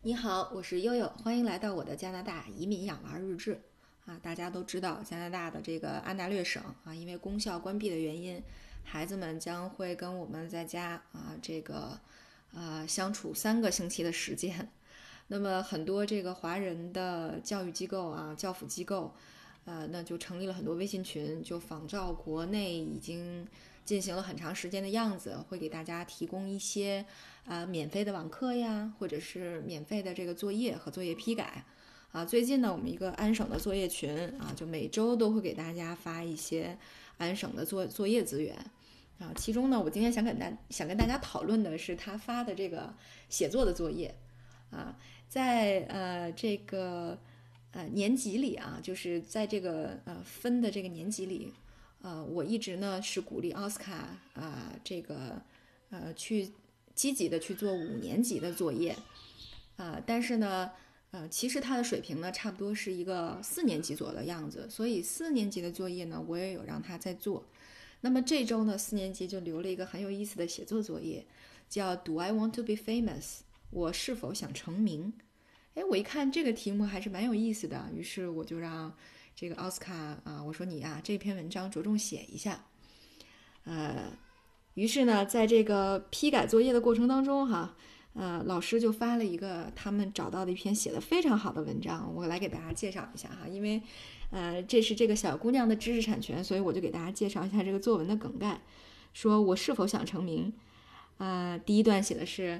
你好，我是悠悠，欢迎来到我的加拿大移民养娃日志。大家都知道加拿大的这个安大略省因为公校关闭的原因，孩子们将会跟我们在家相处3个星期的时间。那么很多这个华人的教育机构教辅机构，那就成立了很多微信群，就仿照国内已经进行了很长时间的样子，会给大家提供一些免费的网课呀，或者是免费的这个作业和作业批改。最近呢，我们一个安省的作业群就每周都会给大家发一些安省的作业资源。其中呢，我今天想跟大家讨论的是他发的这个写作的作业。在这个年级里就是在这个分的这个年级里，我一直呢是鼓励奥斯卡去积极的去做5年级的作业，但是呢，其实他的水平呢差不多是一个4年级左右的样子，所以4年级的作业呢我也有让他在做。那么这周呢4年级就留了一个很有意思的写作作业，叫 Do I want to be famous？ 我是否想成名？我一看这个题目还是蛮有意思的，于是我就让这个奥斯卡我说你这篇文章着重写一下。于是呢，在这个批改作业的过程当中老师就发了一个他们找到的一篇写得非常好的文章，我来给大家介绍一下因为这是这个小姑娘的知识产权，所以我就给大家介绍一下这个作文的梗概。说我是否想成名？第一段写的是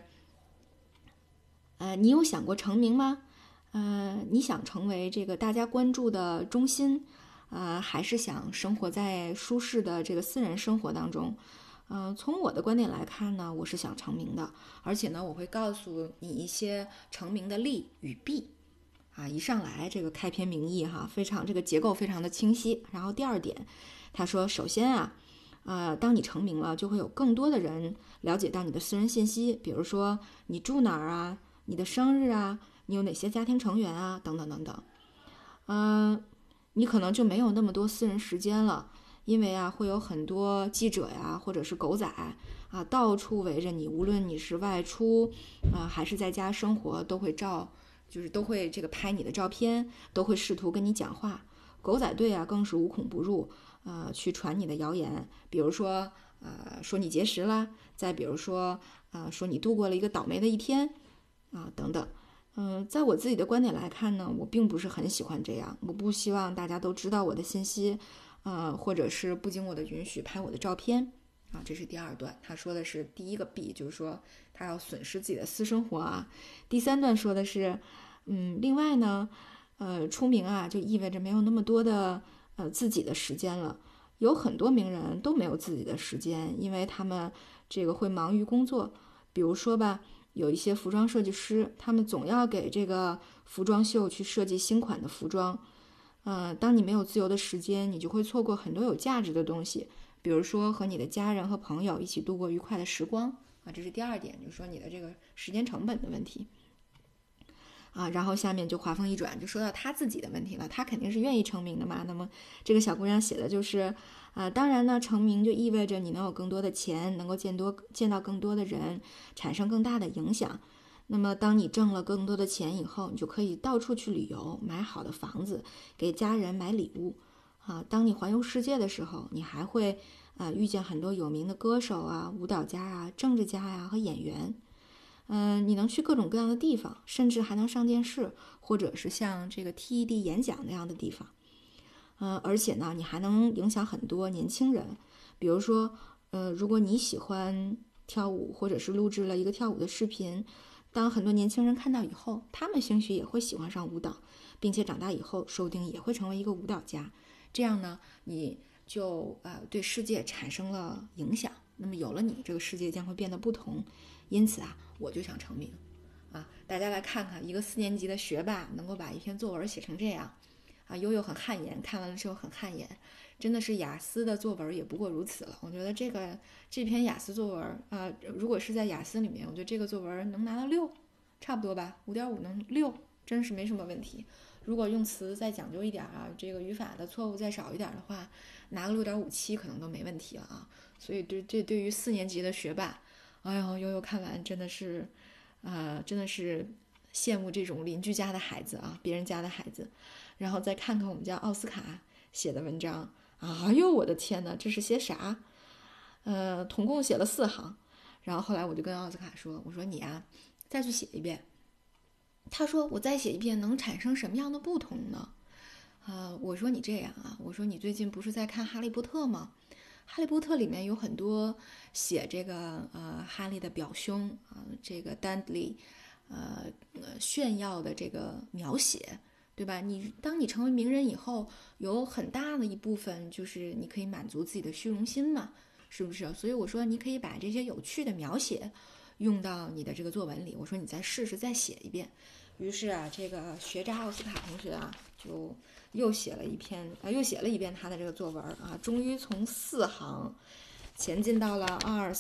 你有想过成名吗？你想成为这个大家关注的中心，还是想生活在舒适的这个私人生活当中？从我的观点来看呢，我是想成名的，而且呢，我会告诉你一些成名的利与弊。一上来这个开篇明义非常这个结构非常的清晰。然后第二点，他说，首先当你成名了，就会有更多的人了解到你的私人信息，比如说你住哪儿你的生日你有哪些家庭成员等等等等。你可能就没有那么多私人时间了，因为会有很多记者或者是狗仔到处围着你，无论你是外出还是在家生活，都会这个拍你的照片，都会试图跟你讲话。狗仔队更是无孔不入，去传你的谣言，比如说说你节食啦，再比如说说你度过了一个倒霉的一天等等。在我自己的观点来看呢，我并不是很喜欢这样，我不希望大家都知道我的信息，或者是不经我的允许拍我的照片这是第二段。他说的是第一个弊，就是说他要损失自己的私生活第三段说的是，另外呢，出名就意味着没有那么多的自己的时间了。有很多名人都没有自己的时间，因为他们这个会忙于工作。比如说吧，有一些服装设计师，他们总要给这个服装秀去设计新款的服装。当你没有自由的时间，你就会错过很多有价值的东西，比如说和你的家人和朋友一起度过愉快的时光这是第二点，就是说你的这个时间成本的问题。然后下面就话锋一转，就说到他自己的问题了。他肯定是愿意成名的嘛。那么这个小姑娘写的就是当然呢，成名就意味着你能有更多的钱，能够见到更多的人，产生更大的影响。那么当你挣了更多的钱以后，你就可以到处去旅游，买好的房子，给家人买礼物当你环游世界的时候，你还会遇见很多有名的歌手舞蹈家政治家和演员。你能去各种各样的地方，甚至还能上电视，或者是像这个 TED 演讲那样的地方。而且呢，你还能影响很多年轻人。比如说，如果你喜欢跳舞，或者是录制了一个跳舞的视频，当很多年轻人看到以后，他们兴许也会喜欢上舞蹈，并且长大以后说不定也会成为一个舞蹈家。这样呢，你就对世界产生了影响。那么有了你，这个世界将会变得不同。因此我就想成名大家来看看一个4年级的学霸能够把一篇作文写成这样悠悠很汗颜，看完了之后很汗颜，真的是雅思的作文也不过如此了。我觉得这篇雅思作文如果是在雅思里面，我觉得这个作文能拿到6，差不多吧，5.5能6，真是没什么问题。如果用词再讲究一点这个语法的错误再少一点的话，拿个6.57可能都没问题了所以这对于4年级的学霸，哎呦，悠悠看完真的是羡慕这种邻居家的孩子啊，别人家的孩子，然后再看看我们家奥斯卡写的文章，哎呦我的天哪，这是些啥？统共写了4行。然后后来我就跟奥斯卡说，我说你啊，再去写一遍。他说我再写一遍能产生什么样的不同呢？我说你这样啊，我说你最近不是在看《哈利波特》吗？《哈利波特》里面有很多写这个哈利的表兄这个 Dudley 炫耀的这个描写，对吧？当你成为名人以后，有很大的一部分就是你可以满足自己的虚荣心嘛，是不是？所以我说你可以把这些有趣的描写用到你的这个作文里。我说你再试试再写一遍。于是啊，这个学渣奥斯卡同学啊，就又写了一遍他的这个作文啊，终于从4行前进到了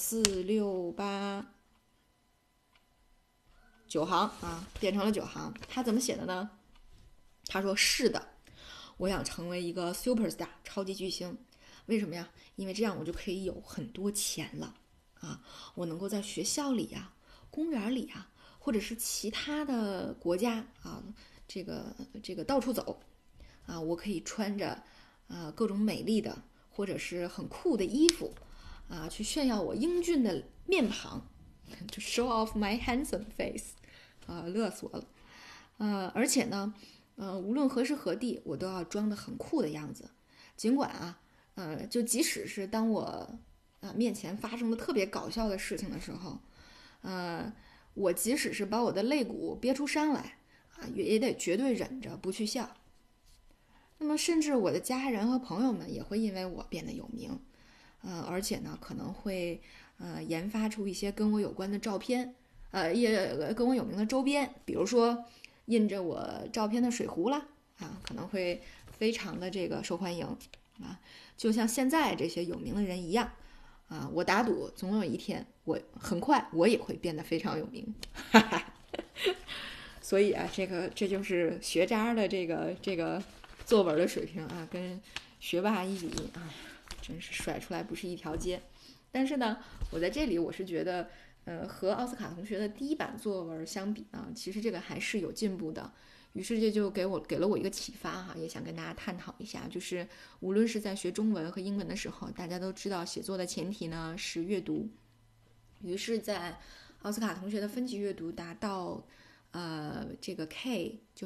2、4、6、8、9行啊，变成了9行。他怎么写的呢？他说：“是的，我想成为一个 super star 超级巨星。为什么呀？因为这样我就可以有很多钱了啊！我能够在学校里啊、公园里啊，或者是其他的国家啊，这个到处走啊，我可以穿着各种美丽的或者是很酷的衣服啊，去炫耀我英俊的面庞，to show off my handsome face。”乐死我了。而且呢，无论何时何地，我都要装得很酷的样子。尽管啊，就即使是当我面前发生了特别搞笑的事情的时候，我即使是把我的肋骨憋出伤来啊，也得绝对忍着不去笑。那么，甚至我的家人和朋友们也会因为我变得有名，而且呢，可能会研发出一些跟我有关的照片。也跟我有名的周边，比如说印着我照片的水壶啦，可能会非常的这个受欢迎啊，就像现在这些有名的人一样啊，我打赌总有一天很快我也会变得非常有名，哈哈。所以啊，这就是学渣的这个作文的水平啊，跟学霸一比，哎呀，真是甩出来不是一条街。但是呢，我在这里我是觉得。和奥斯卡同学的第一版作文相比呢，其实这个还是有进步的。于是这就给了我一个启发哈，也想跟大家探讨一下，就是无论是在学中文和英文的时候，大家都知道写作的前提呢是阅读。于是，在奥斯卡同学的分级阅读达到这个 K 就是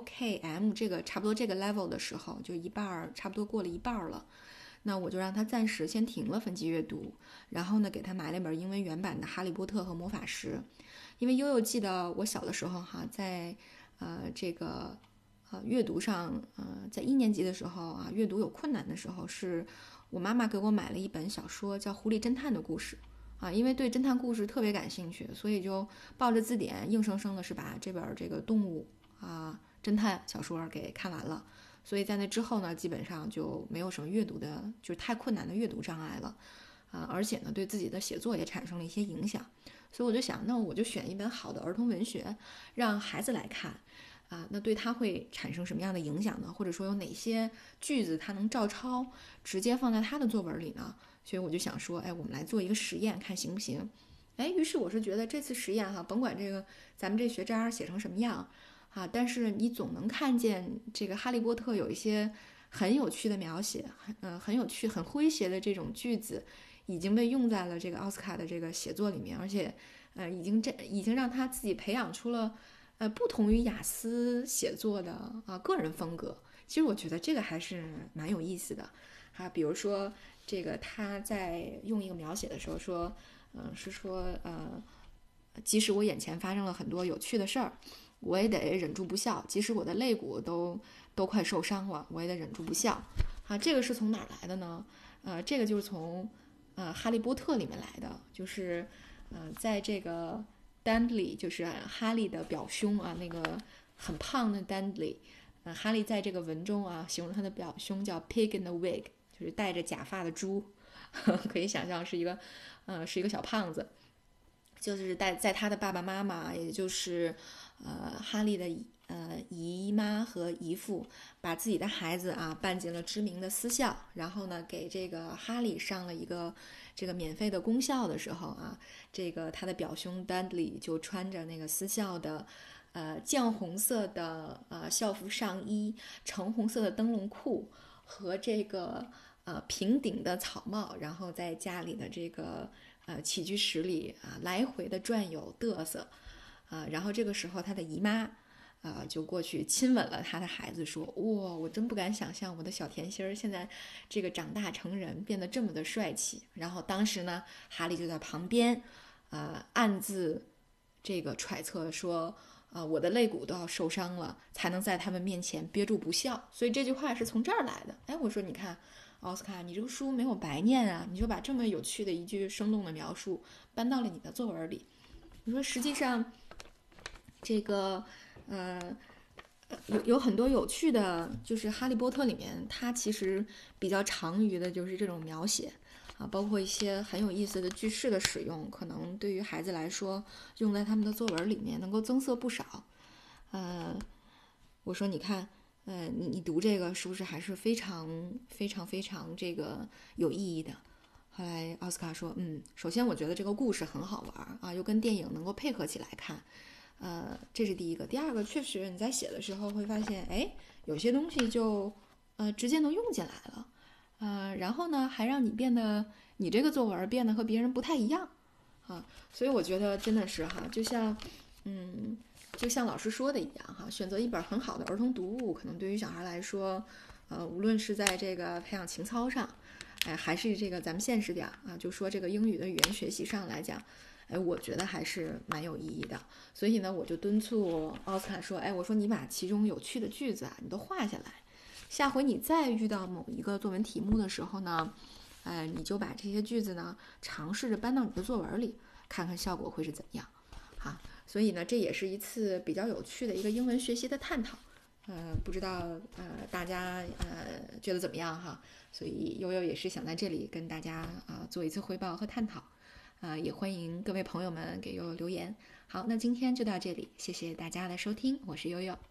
LKM 这个差不多这个 level 的时候，就一半差不多过了一半了。那我就让他暂时先停了分级阅读，然后呢，给他买了一本英文原版的《哈利波特》和《魔法石》，因为悠悠记得我小的时候哈，在这个阅读上，在1年级的时候啊，阅读有困难的时候，是我妈妈给我买了一本小说，叫《狐狸侦探的故事》啊，因为对侦探故事特别感兴趣，所以就抱着字典，硬生生的是把这本这个动物侦探小说给看完了。所以在那之后呢，基本上就没有什么阅读的，就是太困难的阅读障碍了，而且呢，对自己的写作也产生了一些影响。所以我就想，那我就选一本好的儿童文学，让孩子来看，那对他会产生什么样的影响呢？或者说有哪些句子他能照抄，直接放在他的作文里呢？所以我就想说，哎，我们来做一个实验，看行不行？哎，于是我是觉得这次实验哈，甭管这个咱们这学渣写成什么样。但是你总能看见这个《哈利波特》有一些很有趣的描写，很有趣、很诙谐的这种句子，已经被用在了这个奥斯卡的这个写作里面，而且，已经让他自己培养出了，不同于雅思写作的个人风格。其实我觉得这个还是蛮有意思的，比如说这个他在用一个描写的时候说，即使我眼前发生了很多有趣的事儿。我也得忍住不笑，即使我的肋骨都快受伤了，我也得忍住不笑。这个是从哪儿来的呢？这个就是从哈利波特里面来的，就是在这个 Dudley 就是哈利的表兄那个很胖的 Dudley，哈利在这个文中形容他的表兄叫 Pig in the Wig， 就是戴着假发的猪，可以想象是一个小胖子。就是在他的爸爸妈妈，也就是哈利的姨妈和姨父，把自己的孩子办进了知名的私校，然后呢给这个哈利上了一个这个免费的公校的时候这个他的表兄 Dudley 就穿着那个私校的绛红色的校服上衣、橙红色的灯笼裤和这个平顶的草帽，然后在家里的这个起居室里来回的转悠嘚瑟，然后这个时候他的姨妈就过去亲吻了他的孩子，说：“哇，我真不敢想象我的小甜心儿现在这个长大成人，变得这么的帅气。”然后当时呢，哈利就在旁边，暗自这个揣测说：“我的肋骨都要受伤了，才能在他们面前憋住不笑。”所以这句话是从这儿来的。哎，我说你看，奥斯卡，你这个书没有白念啊，你就把这么有趣的一句生动的描述搬到了你的作文里。你说实际上，这个有很多有趣的，就是《哈利波特》里面，它其实比较长于的就是这种描写包括一些很有意思的句式的使用，可能对于孩子来说，用在他们的作文里面能够增色不少。我说你看，你读这个是不是还是非常非常非常这个有意义的？后来奥斯卡说，首先我觉得这个故事很好玩啊，又跟电影能够配合起来看。这是第一个。第二个，确实你在写的时候会发现，哎，有些东西就直接能用进来了，然后呢，还让你这个作文变得和别人不太一样所以我觉得真的是就像老师说的一样选择一本很好的儿童读物，可能对于小孩来说，无论是在这个培养情操上，还是这个咱们现实点就说这个英语的语言学习上来讲。我觉得还是蛮有意义的，所以呢，我就敦促奥斯卡说，我说你把其中有趣的句子你都画下来，下回你再遇到某一个作文题目的时候呢，你就把这些句子呢尝试着搬到你的作文里，看看效果会是怎么样所以呢，这也是一次比较有趣的一个英文学习的探讨，不知道大家觉得怎么样所以悠悠也是想在这里跟大家做一次汇报和探讨。也欢迎各位朋友们给悠悠留言。好，那今天就到这里，谢谢大家的收听，我是悠悠。